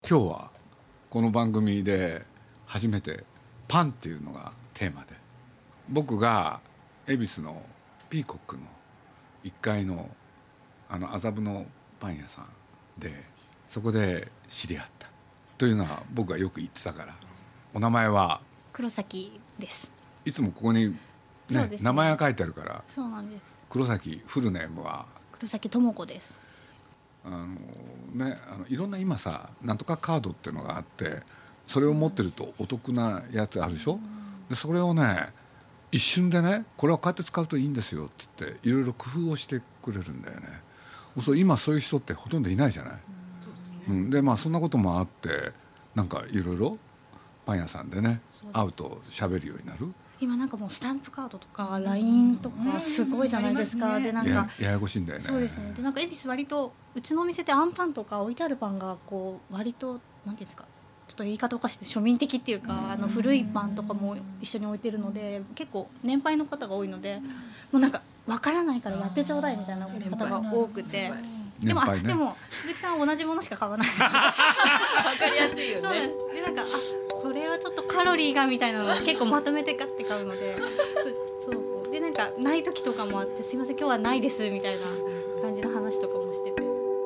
今日はこの番組で初めてパンっていうのがテーマで、僕が恵比寿のピーコックの1階の麻布のパン屋さんで、そこで知り合ったというのは僕がよく言ってたから。お名前は黒崎です。 いつもここに、ね、名前が書いてあるから。 そうなんです。 黒崎、フルネームは黒崎智子です。 いろんな今さなんとかカードっていうのがあって、それを持ってるとお得なやつあるでしょ。でそれをね一瞬でね、これはこうやって使うといいんですよって言っていろいろ工夫をしてくれるんだよね。今そういう人ってほとんどいないじゃない。でそんなこともあって、なんかいろいろパン屋さんでね会うと喋るようになる。 今なんかもうスタンプカードとか LINE とかすごいじゃないですか。でなんかややこしいんだよね。 そうですね。でなんか恵比寿割とうちのお店ってあんパンとか置いてあるパンがこう割となんていうんですか、ちょっと言い方おかしいで庶民的っていうか、古いパンとかも一緒に置いてるので、結構年配の方が多いので、もうなんかわからないからやってちょうだいみたいな方が多くて。でも鈴木さんは同じものしか買わない。わかりやすいよね。 そうなんです。でなんかこれはちょっとカロリーがみたいなのを結構まとめてガッて買うので、そうでなんかない時とかもあって、すいません今日はないですみたいな感じの話とかもしてて。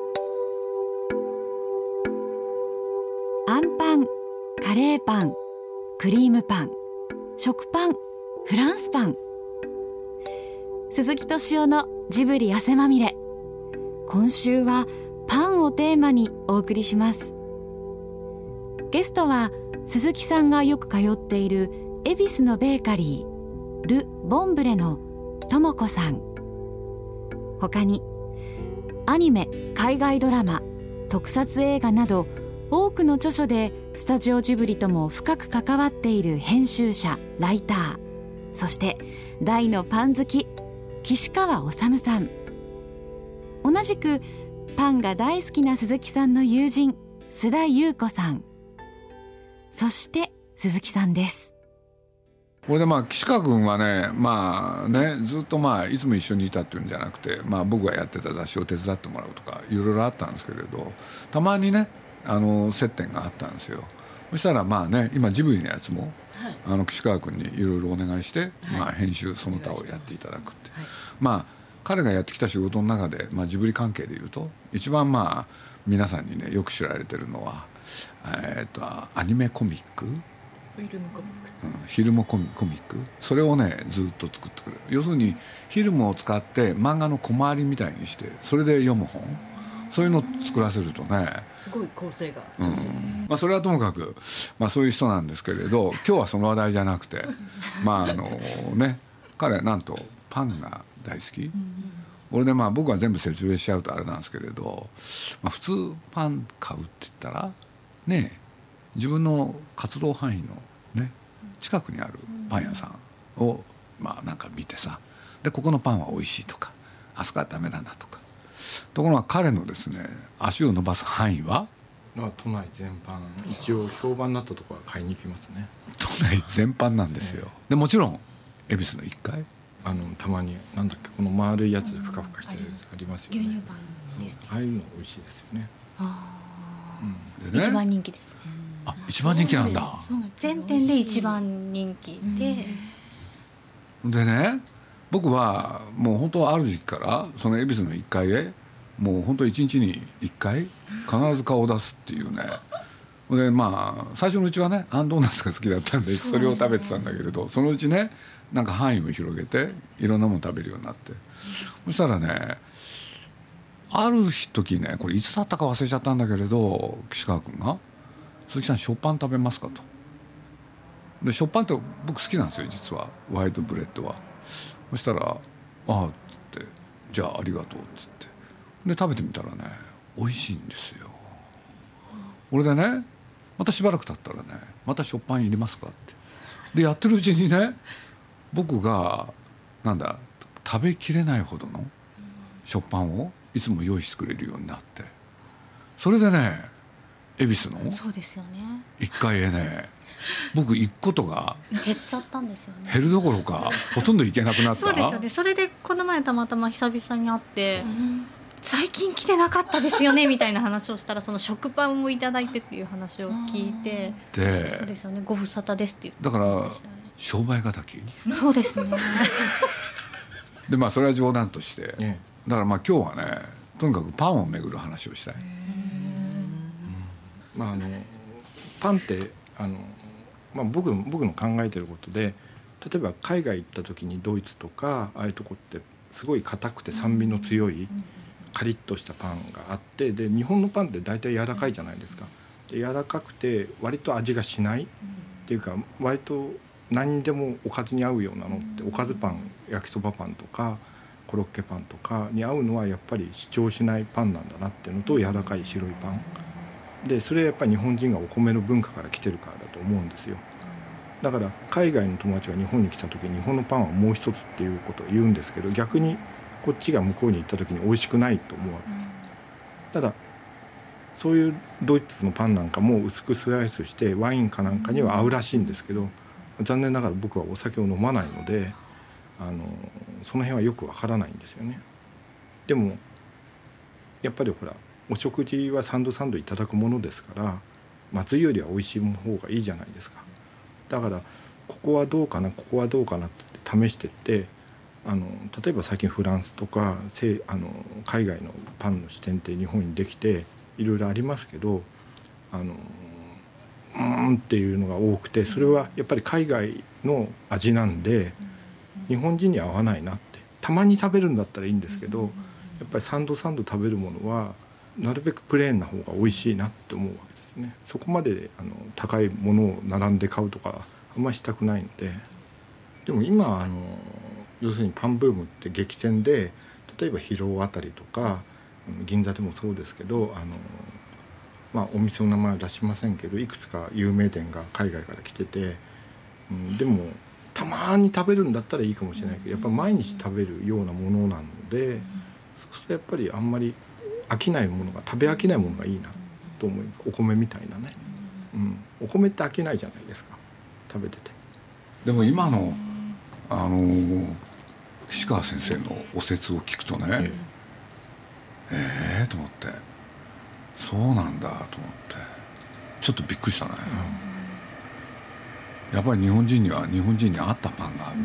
あんパン、カレーパン、クリームパン、食パン、フランスパン。鈴木敏夫のジブリ汗まみれ。今週はパンをテーマにお送りします。ゲストは鈴木さんがよく通っている恵比寿のベーカリール・ボンブレのともこさん。他にアニメ、海外ドラマ、特撮映画など多くの著書でスタジオジブリとも深く関わっている編集者、ライター、そして大のパン好き岸川治さん。同じくパンが大好きな鈴木さんの友人須田優子さん、そして鈴木さんです。 これで岸川君はね、ずっといつも一緒にいたっていうんじゃなくて、僕がやってた雑誌を手伝ってもらうとかいろいろあったんですけれど、たまにね接点があったんですよ。そしたら今ジブリのやつも、岸川君にいろいろお願いして、編集その他をやっていただくって、彼がやってきた仕事の中で、ジブリ関係でいうと一番皆さんにねよく知られてるのは、アニメコミック、 フィルムコミック、 フィルムコミック、それをねずっと作ってくれる。要するにフィルムを使って漫画の小回りみたいにしてそれで読む本、そういうのを作らせるとねすごい構成が、 それはともかく、そういう人なんですけれど、今日はその話題じゃなくて彼はなんとパンが大好き。俺で僕は全部説明しちゃうとあれなんですけれど、普通パン買うって言ったらね、自分の活動範囲のね近くにあるパン屋さんをなんか見てさ、でここのパンは美味しいとか、あそこはダメだなとか。ところが彼のですね足を伸ばす範囲は都内全般、一応評判になったところは買いに行きますね。 都内全般なんですよ。でもちろん恵比寿の1階、 たまになんだっけ、この丸いやつでふかふかしてるやつありますよね。 牛乳パンですね。 ああいうの美味しいですよね。 でね、 一番人気です。 一番人気なんだ。 全店で一番人気でね、僕はもう本当ある時期からその恵比寿の1階へもう本当1日に1回必ず顔を出すっていうね。で最初のうちはねアンドーナツが好きだったんでそれを食べてたんだけれど、そのうちねなんか範囲を広げていろんなもの食べるようになって、そしたらねある時ね、これいつだったか忘れちゃったんだけれど、岸川君が「鈴木さん食パン食べますか?」と。で食パンって僕好きなんですよ実は、ホワイトブレッドは。そしたら「ああ」っつって「じゃあありがとう」っつってで食べてみたらね美味しいんですよ。俺でねまたしばらく経ったらね「また食パンいりますか?」ってでやってるうちにね、僕が食べきれないほどの食パンをいつも用意してくれるようになって、それでね恵比寿の1階へね僕行くことが減っちゃったんですよね。 減るどころかほとんど行けなくなった。 そうですよね。それでこの前たまたま久々に会って、 最近来てなかったですよねみたいな話をしたら、その食パンをいただいてっていう話を聞いて、 でそうですよね、ご無沙汰ですって言ってだからましたね。 商売敵そうですねでまあそれは冗談として、 えだからまあ今日はねとにかくパンをめぐる話をしたい。 まあパンって僕の考えてることで、例えば海外行った時にドイツとかああいうとこってすごい硬くて酸味の強いカリッとしたパンがあって、で日本のパンって大体柔らかいじゃないですか。で柔らかくて割と味がしないっていうか、割と何にでもおかずに合うようなのって、おかずパン、焼きそばパンとかコロッケパンとかに合うのはやっぱり主張しないパンなんだなっていうのと、柔らかい白いパンで、それはやっぱり日本人がお米の文化から来てるからだと思うんですよ。だから海外の友達が日本に来た時に日本のパンはもう一つっていうことを言うんですけど、逆にこっちが向こうに行った時に美味しくないと思うわけです。ただそういうドイツのパンなんかも薄くスライスしてワインかなんかには合うらしいんですけど、残念ながら僕はお酒を飲まないのでその辺はよくわからないんですよね。でもやっぱりほらお食事はサンドいただくものですから、まずいよりは美味しい方がいいじゃないですか。だからここはどうかなここはどうかなって試してって例えば最近フランスとか海外のパンの支店って日本にできていろいろありますけどっていうのが多くて、それはやっぱり海外の味なんで日本人に合わないなって。たまに食べるんだったらいいんですけど、やっぱりサンド食べるものはなるべくプレーンな方が美味しいなって思うわけですね。そこまで高いものを並んで買うとかあんまりしたくないので。でも今要するにパンブームって激戦で、例えば広尾あたりとか銀座でもそうですけどお店の名前は出しませんけどいくつか有名店が海外から来てて、でもたまに食べるんだったらいいかもしれないけど、やっぱ毎日食べるようなものなので、そうするとやっぱりあんまり食べ飽きないものがいいなと思います。お米みたいなね、お米って飽きないじゃないですか、食べてて。 でも今の岸川先生のお説を聞くとね、と思って、そうなんだと思ってちょっとびっくりしたね。やっぱり日本人に合ったパンがある。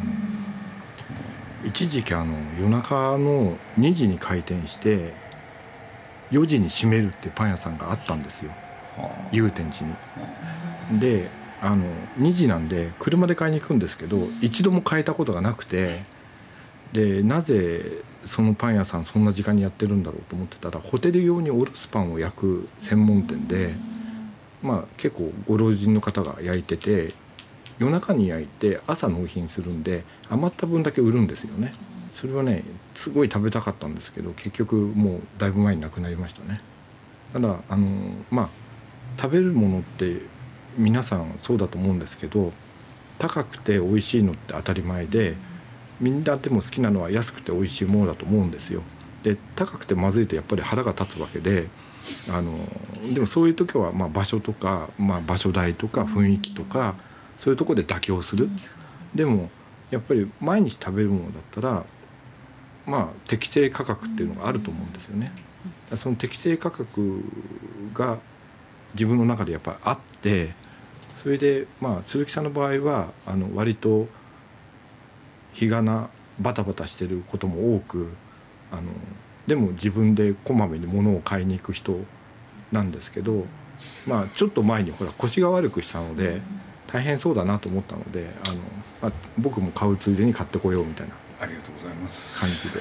一時期夜中の2時に開店して4時に閉めるっていうパン屋さんがあったんですよ、祐天寺に。で2時なんで車で買いに行くんですけど、一度も買えたことがなくて、でなぜそのパン屋さんそんな時間にやってるんだろうと思ってたら、ホテル用におろすパンを焼く専門店で、結構ご老人の方が焼いてて、夜中に焼いて朝納品するんで余った分だけ売るんですよね。それはねすごい食べたかったんですけど、結局もうだいぶ前になくなりましたね。ただ食べるものって皆さんそうだと思うんですけど、高くて美味しいのって当たり前で、みんなでも好きなのは安くて美味しいものだと思うんですよ。で高くてまずいとやっぱり腹が立つわけで、でもそういう時は場所とか、場所代とか雰囲気とかそういうところで妥協する。でもやっぱり毎日食べるものだったら適正価格っていうのがあると思うんですよね。その適正価格が自分の中でやっぱりあって、それで鈴木さんの場合は割と日がなバタバタしてることも多く、でも自分でこまめに物を買いに行く人なんですけど、ちょっと前に腰が悪くしたので大変そうだなと思ったので僕も買うついでに買ってこようみたいなありがとうございます感じで。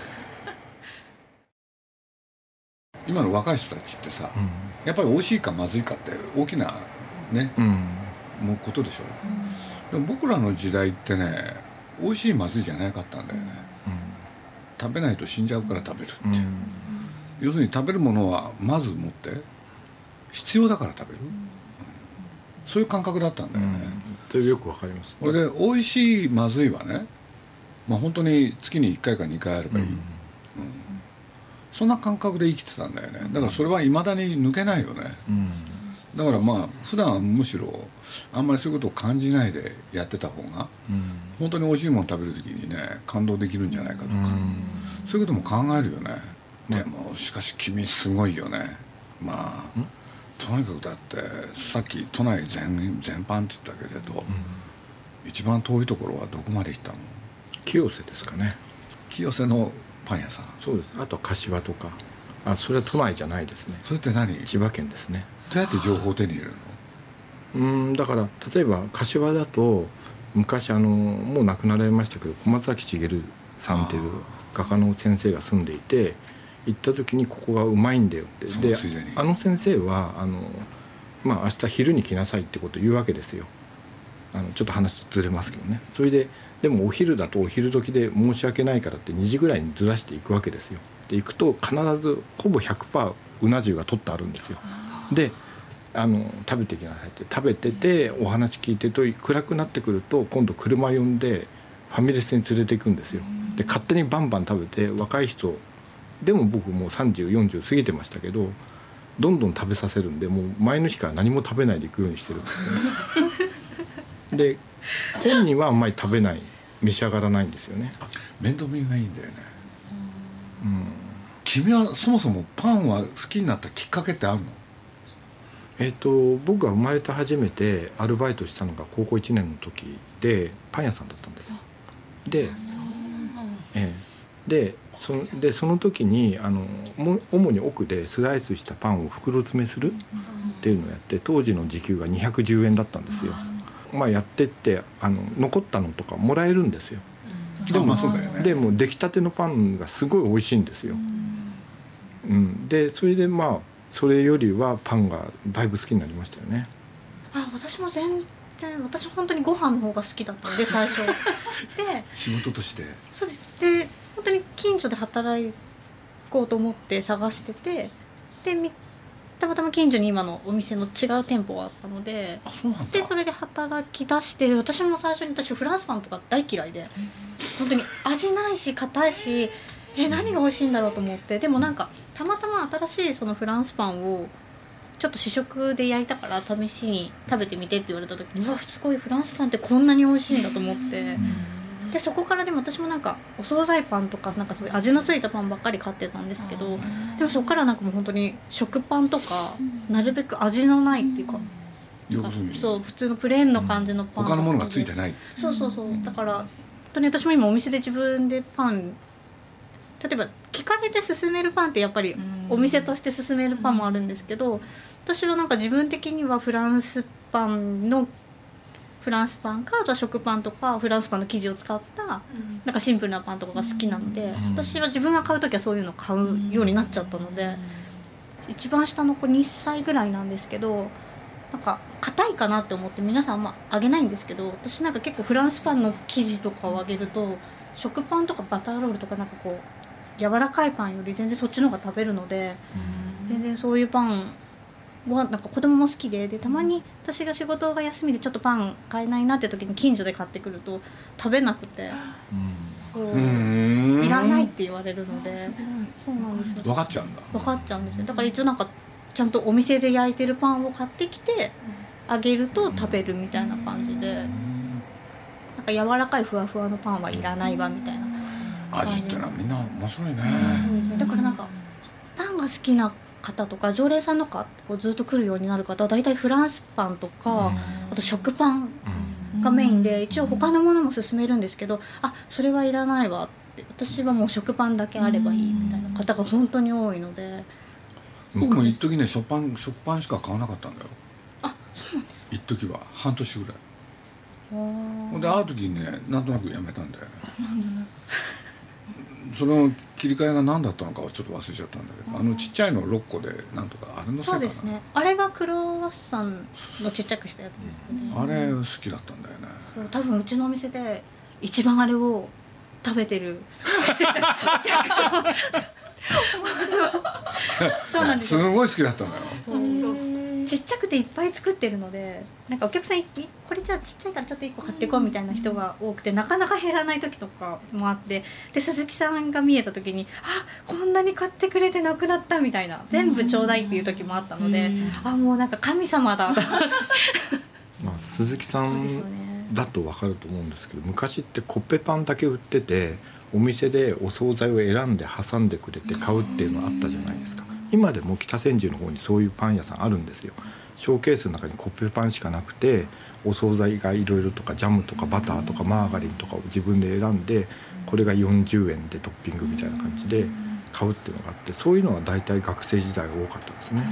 今の若い人たちってさ、やっぱり美味しいかまずいかって大きなね、もうことでしょ。でも僕らの時代ってね、美味しいまずいじゃなかったんだよね。食べないと死んじゃうから食べるって、要するに食べるものはまず持って必要だから食べる、そういう感覚だったんだよね。 それよくわかります。 これで美味しいまずいはね、本当に月に1回か2回あればいい、そんな感覚で生きてたんだよね。だからそれはいまだに抜けないよね。だから普段はむしろあんまりそういうことを感じないでやってた方が、本当に美味しいもの食べる時にね感動できるんじゃないかとか、そういうことも考えるよね。 でもしかし君すごいよね。まあとにかくだってさっき都内全般って言ったけれど、一番遠いところはどこまで行ったの？ 清瀬ですかね。 清瀬のパン屋さん。 そうです。あとは柏とか。それは都内じゃないですね。 それって何？ 千葉県ですね。 どうやって情報を手に入れるの？ だから例えば柏だと昔もう亡くなられましたけど小松崎茂さんっていう画家の先生が住んでいて、行った時にここがうまいんだよって。で先生は明日昼に来なさいってことを言うわけですよ。ちょっと話ずれますけどね。それででもお昼だとお昼時で申し訳ないからって2時ぐらいにずらしていくわけですよ。で行くと必ずほぼ 100% うな重が取ってあるんですよ。で食べてきなさいって食べててお話聞いてると暗くなってくると今度車呼んでファミレスに連れて行くんですよ。で勝手にバンバン食べて若い人でも僕もう30、40過ぎてましたけどどんどん食べさせるんでもう前の日から何も食べないで行くようにしてるんですね。で本人はあんまり食べない召し上がらないんですよね。 面倒見がいいんだよね。君はそもそもパンは好きになったきっかけってあるの？ 僕が生まれて初めてアルバイトしたのが高校1年の時でパン屋さんだったんですよ。でその時に主に奥でスライスしたパンを袋詰めするっていうのをやって当時の時給が210円だったんですよ。やってって残ったのとかもらえるんですよ。でもそうだよね。 でも出来たてのパンがすごい美味しいんですよ。でそれでそれよりはパンがだいぶ好きになりましたよね。 私も全然私本当にご飯の方が好きだったので最初で仕事としてそうです。で本当に近所で働こうと思って探しててでたまたま近所に今のお店の違う店舗があったので、でそれで働き出して私も最初にフランスパンとか大嫌いで本当に味ないし硬いし何が美味しいんだろうと思って、でもたまたま新しいそのフランスパンをちょっと試食で焼いたから試しに食べてみてって言われた時にすごいフランスパンってこんなに美味しいんだと思って、でそこからでも私もお惣菜パンとかそういう味のついたパンばっかり買ってたんですけど、でもそこからもう本当に食パンとかなるべく味のないっていうかそう普通のプレーンの感じのパン他のものがついてない。 そうだから本当に私も今お店で自分でパン例えば聞かれて勧めるパンってやっぱりお店として勧めるパンもあるんですけど、私は自分的にはフランスパンかあとは食パンとかフランスパンの生地を使ったシンプルなパンとかが好きなので、私は自分が買う時はそういうのを買うようになっちゃったので、一番下の子2歳ぐらいなんですけど硬いかなって思って皆さんあげないんですけど、私結構フランスパンの生地とかをあげると食パンとかバターロールとか柔らかいパンより全然そっちの方が食べるので、全然そういうパンは子供も好きで、たまに私が仕事が休みでちょっとパン買えないなって時に近所で買ってくると食べなくて、いらないって言われるので、そうなんですよ。 分かっちゃうんだ。 分かっちゃうんですよ。だから一応ちゃんとお店で焼いてるパンを買ってきてあげると食べるみたいな感じで、柔らかいふわふわのパンはいらないわみたいな。 味ってのはみんな面白いね。 だからパンが好きな方とか常連さんとかずっと来るようになる方は大体フランスパンとかあと食パンがメインで、一応他のものも勧めるんですけど、それはいらないわって、私はもう食パンだけあればいいみたいな方が本当に多いので。 僕も一時ね食パンしか買わなかったんだよ。 そうなんですか。 一時は半年ぐらい。である時にねなんとなくやめたんだよね。その切り替えが何だったのかはちょっと忘れちゃったんだけど、ちっちゃいの6個でなんとかあれのせいかな。 そうですね。あれがクロワッサンのちっちゃくしたやつですよね。 あれ好きだったんだよね。 そう多分うちのお店で一番あれを食べてるお客さん面白い。そうなんですよ。 すごい好きだったのよ。 そうちっちゃくていっぱい作ってるので、お客さんこれじゃあちっちゃいからちょっと1個買ってこうみたいな人が多くて、なかなか減らない時とかもあって、で鈴木さんが見えた時にこんなに買ってくれてなくなったみたいな、全部ちょうだいっていう時もあったので、もう神様だ鈴木さんだと分かると思うんですけど、昔ってコッペパンだけ売っててお店でお惣菜を選んで挟んでくれて買うっていうのあったじゃないですか。今でも北千住の方にそういうパン屋さんあるんですよ。ショーケースの中にコッペパンしかなくて、お惣菜がいろいろとかジャムとかバターとかマーガリンとかを自分で選んで、これが40円でトッピングみたいな感じで買うっていうのがあって、そういうのは大体学生時代が多かったですね。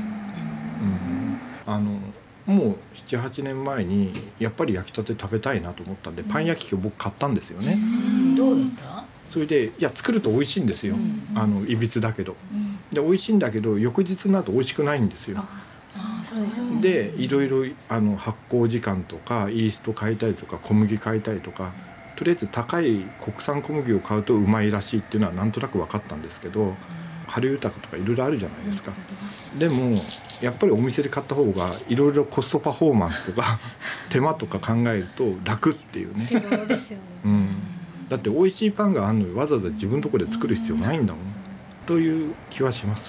もう 7,8 年前にやっぱり焼きたて食べたいなと思ったんで、パン焼き器を僕買ったんですよね。 どうだった？ それで作ると美味しいんですよ。いびつだけど、で美味しいんだけど翌日になると美味しくないんですよ。でいろいろ発酵時間とかイースト変えたりとか小麦変えたりとか、とりあえず高い国産小麦を買うとうまいらしいっていうのはなんとなく分かったんですけど、春豊とかいろいろあるじゃないですか。でもやっぱりお店で買った方がいろいろコストパフォーマンスとか手間とか考えると楽っていうね。 ですよね。 だって美味しいパンがあるのにわざわざ自分のところで作る必要ないんだもんという気はします。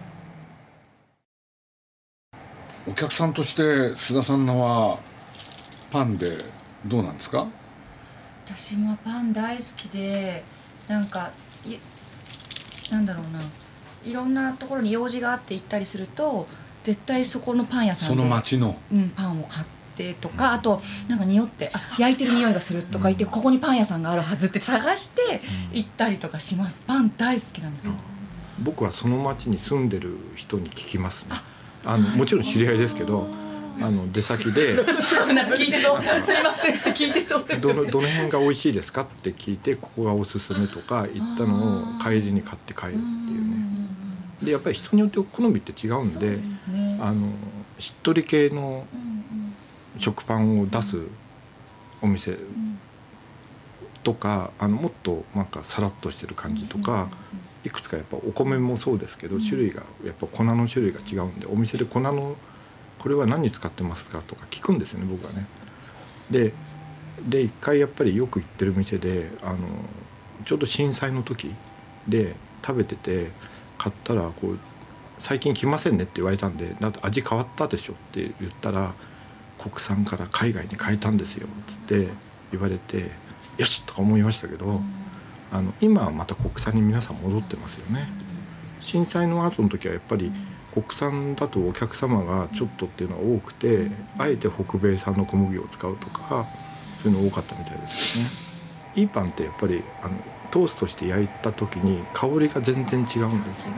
お客さんとして須田さんのはパンでどうなんですか？ 私もパン大好きで、なんかなんだろうな、いろんなところに用事があって行ったりすると絶対そこのパン屋さんでその町の、 パンを買ってとか、あとなんか匂って焼いてる匂いがするとか言って、ここにパン屋さんがあるはずって探して行ったりとかします。パン大好きなんですよ。 僕はその町に住んでる人に聞きますね。もちろん知り合いですけど、出先でなんか聞いてそう、すいません、聞いてそうですどの辺が美味しいですかって聞いて、ここがおすすめとか言ったのを帰りに買って帰るっていうね。でやっぱり人によって好みって違うんで、しっとり系の食パンを出すお店とか、もっとなんかサラッとしてる感じとか、いくつかやっぱお米もそうですけど、種類がやっぱ粉の種類が違うんで、お店で粉のこれは何に使ってますかとか聞くんですよね、僕はね。で一回やっぱりよく行ってる店でちょうど震災の時で食べてて、買ったらこう最近来ませんねって言われたんで、だって味変わったでしょって言ったら、国産から海外に変えたんですよっつって言われて、よしとか思いましたけど、今はまた国産に皆さん戻ってますよね。震災の後の時はやっぱり国産だとお客様がちょっとっていうのが多くて、あえて北米産の小麦を使うとか、そういうの多かったみたいですよね。いいパンってやっぱりトーストして焼いた時に香りが全然違うんですよ。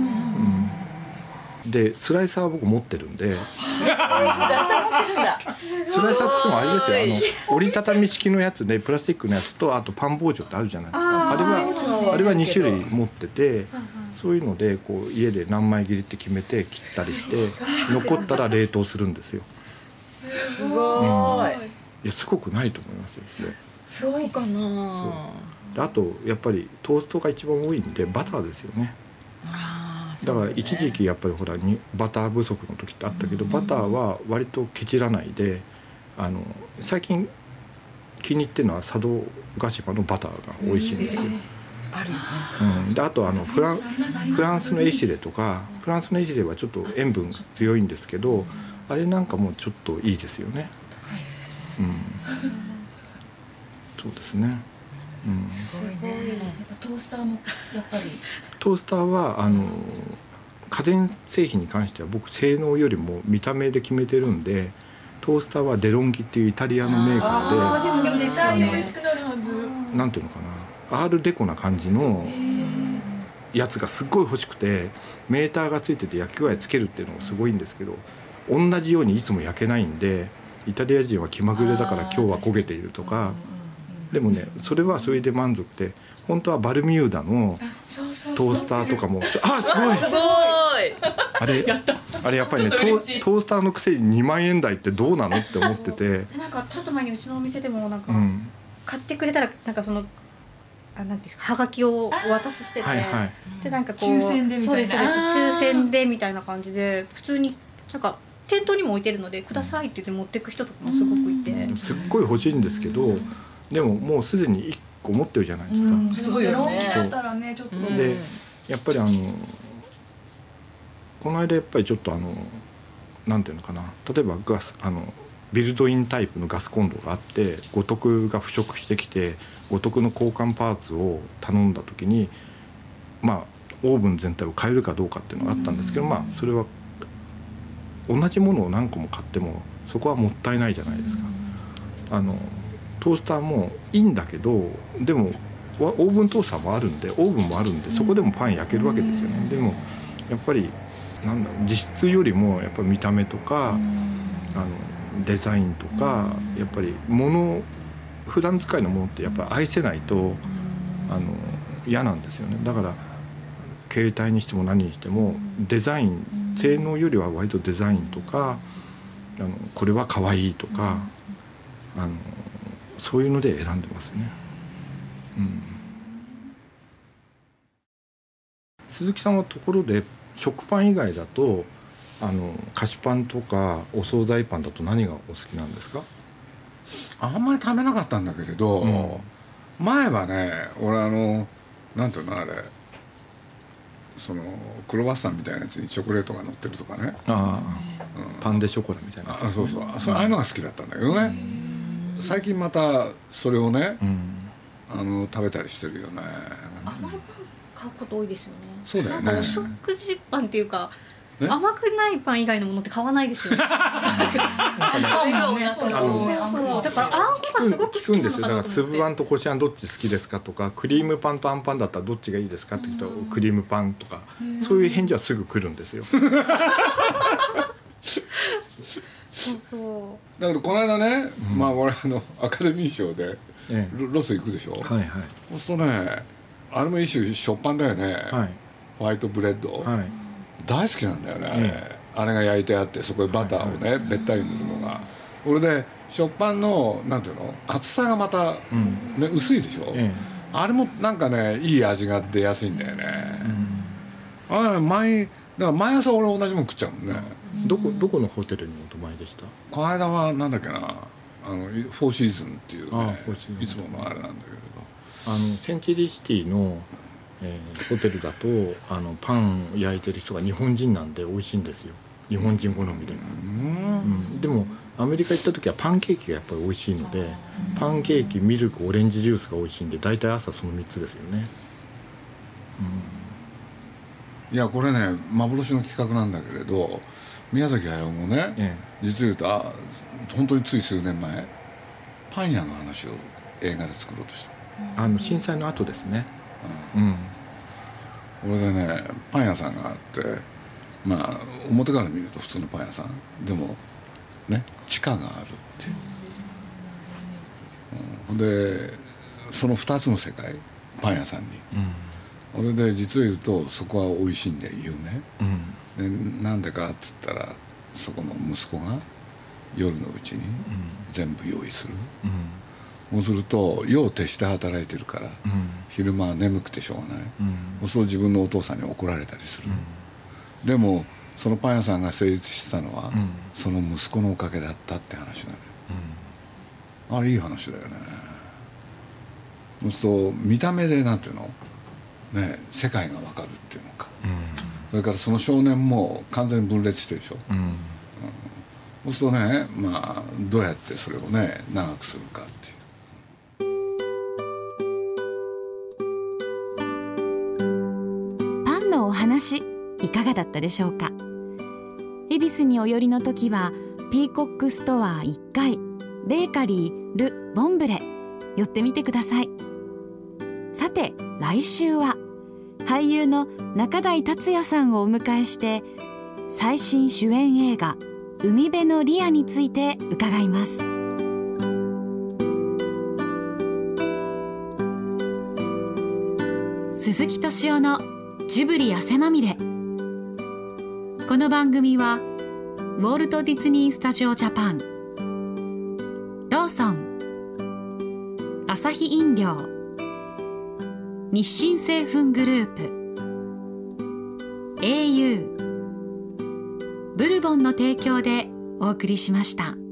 でスライサーは僕持ってるんで、 スライサー持ってるんだ。 スライサーってもあれですよ、折りたたみ式のやつでプラスチックのやつと、あとパン包丁ってあるじゃないですか。あれは2種類持ってて、そういうのでこう家で何枚切りって決めて切ったりして、残ったら冷凍するんですよ。 すごい。 いやすごくないと思いますよそれ。 そうかな。 であとやっぱりトーストが一番多いんでバターですよね。だから一時期やっぱりほらにバター不足の時ってあったけど、バターは割とケチらないで、最近気に入ってるのは佐渡島のバターが美味しいんですよ。 あるよね。 であとフランスのエシレとか、フランスのエシレはちょっと塩分強いんですけど、あれなんかもちょっといいですよね。そうですね。 すごいね。やっぱトースターもやっぱり。 トースターは家電製品に関しては僕性能よりも見た目で決めてるんで、トースターはデロンギっていうイタリアのメーカーで、 絶対美味しくなるはず。 なんていうのかな、アールデコな感じのやつがすっごい欲しくて、メーターがついてて焼き具合つけるっていうのがすごいんですけど、同じようにいつも焼けないんで、イタリア人は気まぐれだから今日は焦げているとか。でもね、それはそれで満足で、本当はバルミューダのトースターとかも、すごいあれやっぱりね、トースターのくせに2万円台ってどうなのって思ってて、 なんかちょっと前にうちのお店でもなんか、買ってくれたらなんかそのなんていうんですか、はがきをお渡ししてて、でなんかこう抽選でみたいな、 抽選でみたいな感じで、普通になんか店頭にも置いてるのでくださいって言って持ってく人とかもすごくいて、 すっごい欲しいんですけど、でももうすでに1個持ってるじゃないですか。 すごいよね。 だったらね、ちょっとでやっぱりこの間やっぱりちょっとなんていうのかな、例えばビルドインタイプのガスコンロがあって、五徳が腐食してきて五徳の交換パーツを頼んだ時に、まあオーブン全体を変えるかどうかっていうのがあったんですけど、まあそれは同じものを何個も買ってもそこはもったいないじゃないですか。トースターもいいんだけど、でもオーブントースターもあるんで、オーブンもあるんで、そこでもパン焼けるわけですよね。でもやっぱりなんだろう、実質よりもやっぱり見た目とかデザインとか、やっぱり普段使いのものってやっぱり愛せないと嫌なんですよね。だから携帯にしても何にしてもデザイン、性能よりは割とデザインとかこれは可愛いとかそういうので選んでますね。鈴木さんはところで食パン以外だと菓子パンとかお惣菜パンだと何がお好きなんですか？ あんまり食べなかったんだけれど、前はね俺なんていうのあれ、そのクロワッサンみたいなやつにチョコレートが乗ってるとかね、 パンデショコラみたいなやつ、 そうそう、ああいうのが好きだったんだけどね、最近またそれをね、食べたりしてるよね。 甘いパン買うこと多いですよね。 そうだよね。 なんかお食事パンっていうか甘くないパン以外のものって買わないですよね。だからあんこがすごく聞くんですよ。だから粒パンとこしあんどっち好きですかとか、クリームパンとあんパンだったらどっちがいいですかって聞くとクリームパンとか、そういう返事はすぐ来るんですよ。 そうだからこの間ね、まあ俺アカデミー賞でロス行くでしょ。 はいはい。 そうするとね、あれも一種食パンだよね。ホワイトブレッド。大好きなんだよね、あれが焼いてあって、そこにバターをね、べったり塗るのが。俺で食パンのなんていうの、厚さがまた、ね、薄いでしょ、あれもなんかねいい味が出やすいんだよね、だから毎朝俺同じもん食っちゃうもんね。 どこのホテルにお泊まりでした？ この間はなんだっけな、フォーシーズンっていうね、いつものあれなんだけれど、 センチュリーシティのホテルだとパン焼いてる人が日本人なんで美味しいんですよ。日本人好みで、でもアメリカ行った時はパンケーキがやっぱり美味しいので、パンケーキ、ミルク、オレンジジュースが美味しいんで、大体朝その3つですよね。 いやこれね幻の企画なんだけれど、宮崎駿もね、実を言うと本当につい数年前パン屋の話を映画で作ろうとした。 震災の後ですね。 これでねパン屋さんがあって、まあ表から見ると普通のパン屋さんでもね地下があるっていう、でその2つの世界、パン屋さんに、これで実を言うとそこは美味しいんで有名、でなんでかっつったらそこの息子が夜のうちに全部用意する、そうすると夜を徹して働いてるから、昼間は眠くてしょうがない、そう自分のお父さんに怒られたりする、でもそのパン屋さんが成立したのは、その息子のおかげだったって話なの、あれいい話だよね。そうすると見た目でなんていうのね、世界が分かるっていうのか、それからその少年も完全に分裂してるでしょ、そうするとね、まあどうやってそれをね長くするかっていう。 パンのお話いかがだったでしょうか。恵比寿にお寄りの時はピーコックストア1階ベーカリール・ボンブレ寄ってみてください。さて来週は俳優の中台達也さんをお迎えして最新主演映画海辺のリアについて伺います。鈴木敏夫のジブリ汗まみれ。この番組はウォルト・ディズニー・スタジオ・ジャパン、ローソン、アサヒ飲料、日清製粉グループ、au、ブルボンの提供でお送りしました。